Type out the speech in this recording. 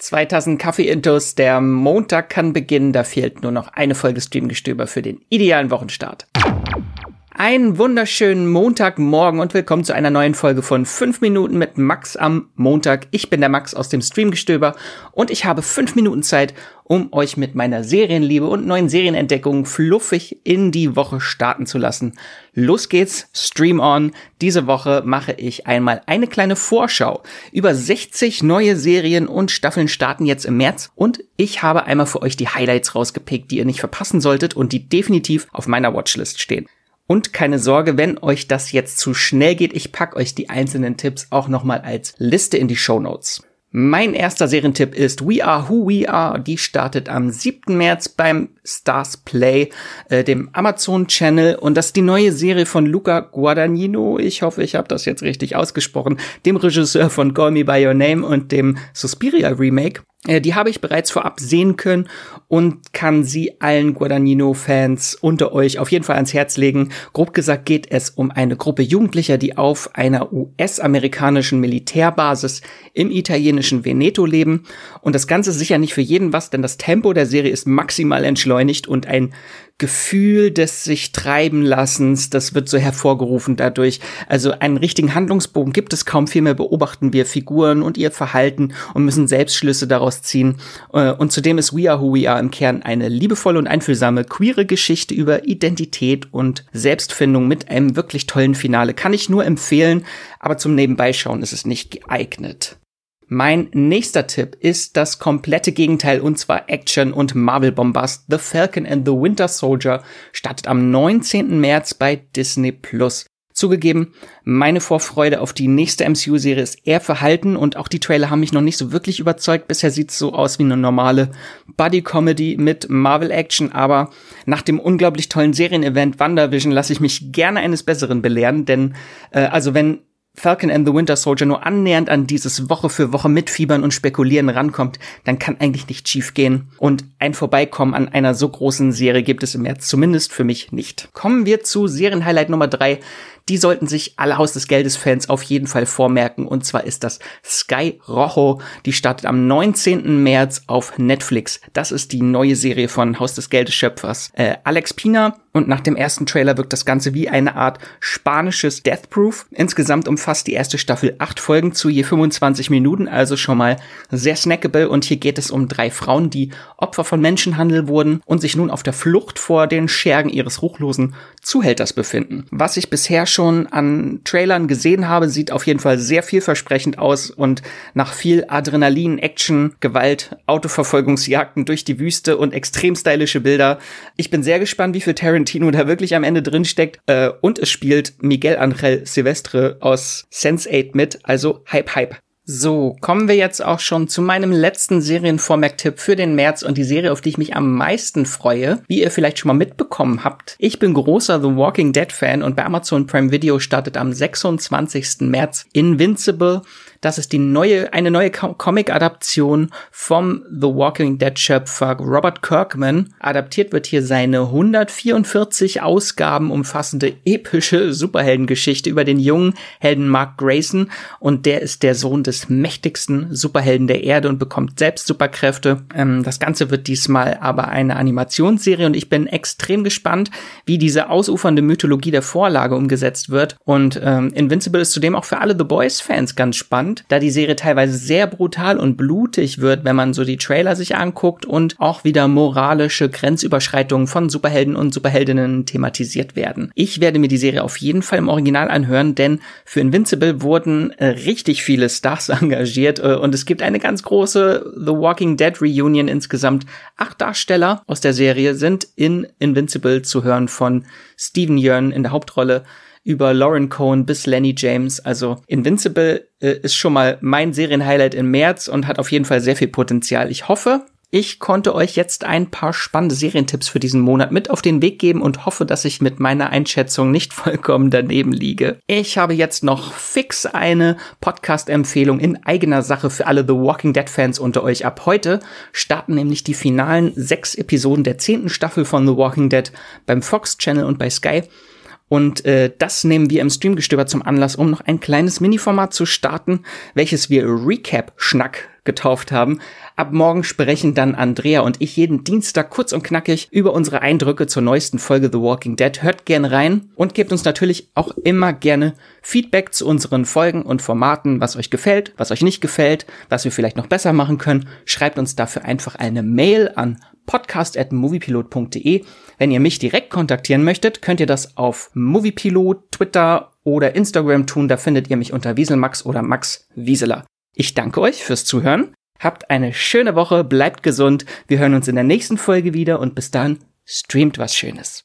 2000 Kaffee-Intos, der Montag kann beginnen, da fehlt nur noch eine Folge Streamgestöber für den idealen Wochenstart. Einen wunderschönen Montagmorgen und willkommen zu einer neuen Folge von 5 Minuten mit Max am Montag. Ich bin der Max aus dem Streamgestöber und ich habe 5 Minuten Zeit, um euch mit meiner Serienliebe und neuen Serienentdeckungen fluffig in die Woche starten zu lassen. Los geht's, Stream on. Diese Woche mache ich einmal eine kleine Vorschau. Über 60 neue Serien und Staffeln starten jetzt im März und ich habe einmal für euch die Highlights rausgepickt, die ihr nicht verpassen solltet und die definitiv auf meiner Watchlist stehen. Und keine Sorge, wenn euch das jetzt zu schnell geht, ich packe euch die einzelnen Tipps auch nochmal als Liste in die Shownotes. Mein erster Serientipp ist We Are Who We Are. Die startet am 7. März beim Stars Play, dem Amazon-Channel. Und das ist die neue Serie von Luca Guadagnino. Ich hoffe, ich habe das jetzt richtig ausgesprochen. Dem Regisseur von Call Me By Your Name und dem Suspiria-Remake. Die habe ich bereits vorab sehen können und kann sie allen Guadagnino-Fans unter euch auf jeden Fall ans Herz legen. Grob gesagt geht es um eine Gruppe Jugendlicher, die auf einer US-amerikanischen Militärbasis im italienischen Veneto leben. Und das Ganze ist sicher nicht für jeden was, denn das Tempo der Serie ist maximal entschleunigt und ein Gefühl des sich treiben lassens, das wird so hervorgerufen dadurch. Also einen richtigen Handlungsbogen gibt es kaum, vielmehr beobachten wir Figuren und ihr Verhalten und müssen Selbstschlüsse daraus ziehen. Und zudem ist We Are Who We Are im Kern eine liebevolle und einfühlsame queere Geschichte über Identität und Selbstfindung mit einem wirklich tollen Finale. Kann ich nur empfehlen, aber zum Nebenbeischauen ist es nicht geeignet. Mein nächster Tipp ist das komplette Gegenteil, und zwar Action und Marvel-Bombast. The Falcon and the Winter Soldier startet am 19. März bei Disney+. Zugegeben, meine Vorfreude auf die nächste MCU-Serie ist eher verhalten und auch die Trailer haben mich noch nicht so wirklich überzeugt. Bisher sieht es so aus wie eine normale Buddy-Comedy mit Marvel-Action, aber nach dem unglaublich tollen Serienevent WandaVision lasse ich mich gerne eines Besseren belehren, denn wenn Falcon and the Winter Soldier nur annähernd an dieses Woche für Woche mitfiebern und spekulieren rankommt, dann kann eigentlich nicht schief gehen. Und ein Vorbeikommen an einer so großen Serie gibt es im März zumindest für mich nicht. Kommen wir zu Serienhighlight Nummer 3. Die sollten sich alle Haus des Geldes-Fans auf jeden Fall vormerken. Und zwar ist das Sky Rojo. Die startet am 19. März auf Netflix. Das ist die neue Serie von Haus des Geldes-Schöpfers Alex Pina. Und nach dem ersten Trailer wirkt das Ganze wie eine Art spanisches Death Proof. Insgesamt umfasst die erste Staffel 8 Folgen zu je 25 Minuten, also schon mal sehr snackable. Und hier geht es um 3 Frauen, die Opfer von Menschenhandel wurden und sich nun auf der Flucht vor den Schergen ihres ruchlosen Zuhälters befinden. Was ich bisher schon an Trailern gesehen habe, sieht auf jeden Fall sehr vielversprechend aus und nach viel Adrenalin, Action, Gewalt, Autoverfolgungsjagden durch die Wüste und extrem stylische Bilder. Ich bin sehr gespannt, wie viel Tarantino da wirklich am Ende drin steckt. Und es spielt Miguel Ángel Silvestre aus Sense8 mit, also Hype. So, kommen wir jetzt auch schon zu meinem letzten Serienvormerktipp für den März und die Serie, auf die ich mich am meisten freue. Wie ihr vielleicht schon mal mitbekommen habt, ich bin großer The Walking Dead Fan und bei Amazon Prime Video startet am 26. März Invincible. Das ist eine neue Comic-Adaption vom The Walking Dead-Schöpfer Robert Kirkman. Adaptiert wird hier seine 144 Ausgaben umfassende epische Superheldengeschichte über den jungen Helden Mark Grayson. Und der ist der Sohn des mächtigsten Superhelden der Erde und bekommt selbst Superkräfte. Das Ganze wird diesmal aber eine Animationsserie und ich bin extrem gespannt, wie diese ausufernde Mythologie der Vorlage umgesetzt wird. Und Invincible ist zudem auch für alle The Boys-Fans ganz spannend, da die Serie teilweise sehr brutal und blutig wird, wenn man so die Trailer sich anguckt und auch wieder moralische Grenzüberschreitungen von Superhelden und Superheldinnen thematisiert werden. Ich werde mir die Serie auf jeden Fall im Original anhören, denn für Invincible wurden richtig viele Stars engagiert und es gibt eine ganz große The Walking Dead Reunion. Insgesamt 8 Darsteller aus der Serie sind in Invincible zu hören, von Steven Yeun in der Hauptrolle über Lauren Cohen bis Lenny James. Also Invincible ist schon mal mein Serienhighlight im März und hat auf jeden Fall sehr viel Potenzial. Ich hoffe, ich konnte euch jetzt ein paar spannende Serientipps für diesen Monat mit auf den Weg geben und hoffe, dass ich mit meiner Einschätzung nicht vollkommen daneben liege. Ich habe jetzt noch fix eine Podcast-Empfehlung in eigener Sache für alle The Walking Dead-Fans unter euch. Ab heute starten nämlich die finalen 6 Episoden der 10. Staffel von The Walking Dead beim Fox Channel und bei Sky. Und das nehmen wir im Streamgestöber zum Anlass, um noch ein kleines Mini-Format zu starten, welches wir Recap-Schnack getauft haben. Ab morgen sprechen dann Andrea und ich jeden Dienstag kurz und knackig über unsere Eindrücke zur neuesten Folge The Walking Dead. Hört gerne rein und gebt uns natürlich auch immer gerne Feedback zu unseren Folgen und Formaten, was euch gefällt, was euch nicht gefällt, was wir vielleicht noch besser machen können. Schreibt uns dafür einfach eine Mail an podcast@moviepilot.de. Wenn ihr mich direkt kontaktieren möchtet, könnt ihr das auf Moviepilot, Twitter oder Instagram tun. Da findet ihr mich unter Wieselmax oder Max Wieseler. Ich danke euch fürs Zuhören. Habt eine schöne Woche, bleibt gesund. Wir hören uns in der nächsten Folge wieder und bis dann streamt was Schönes.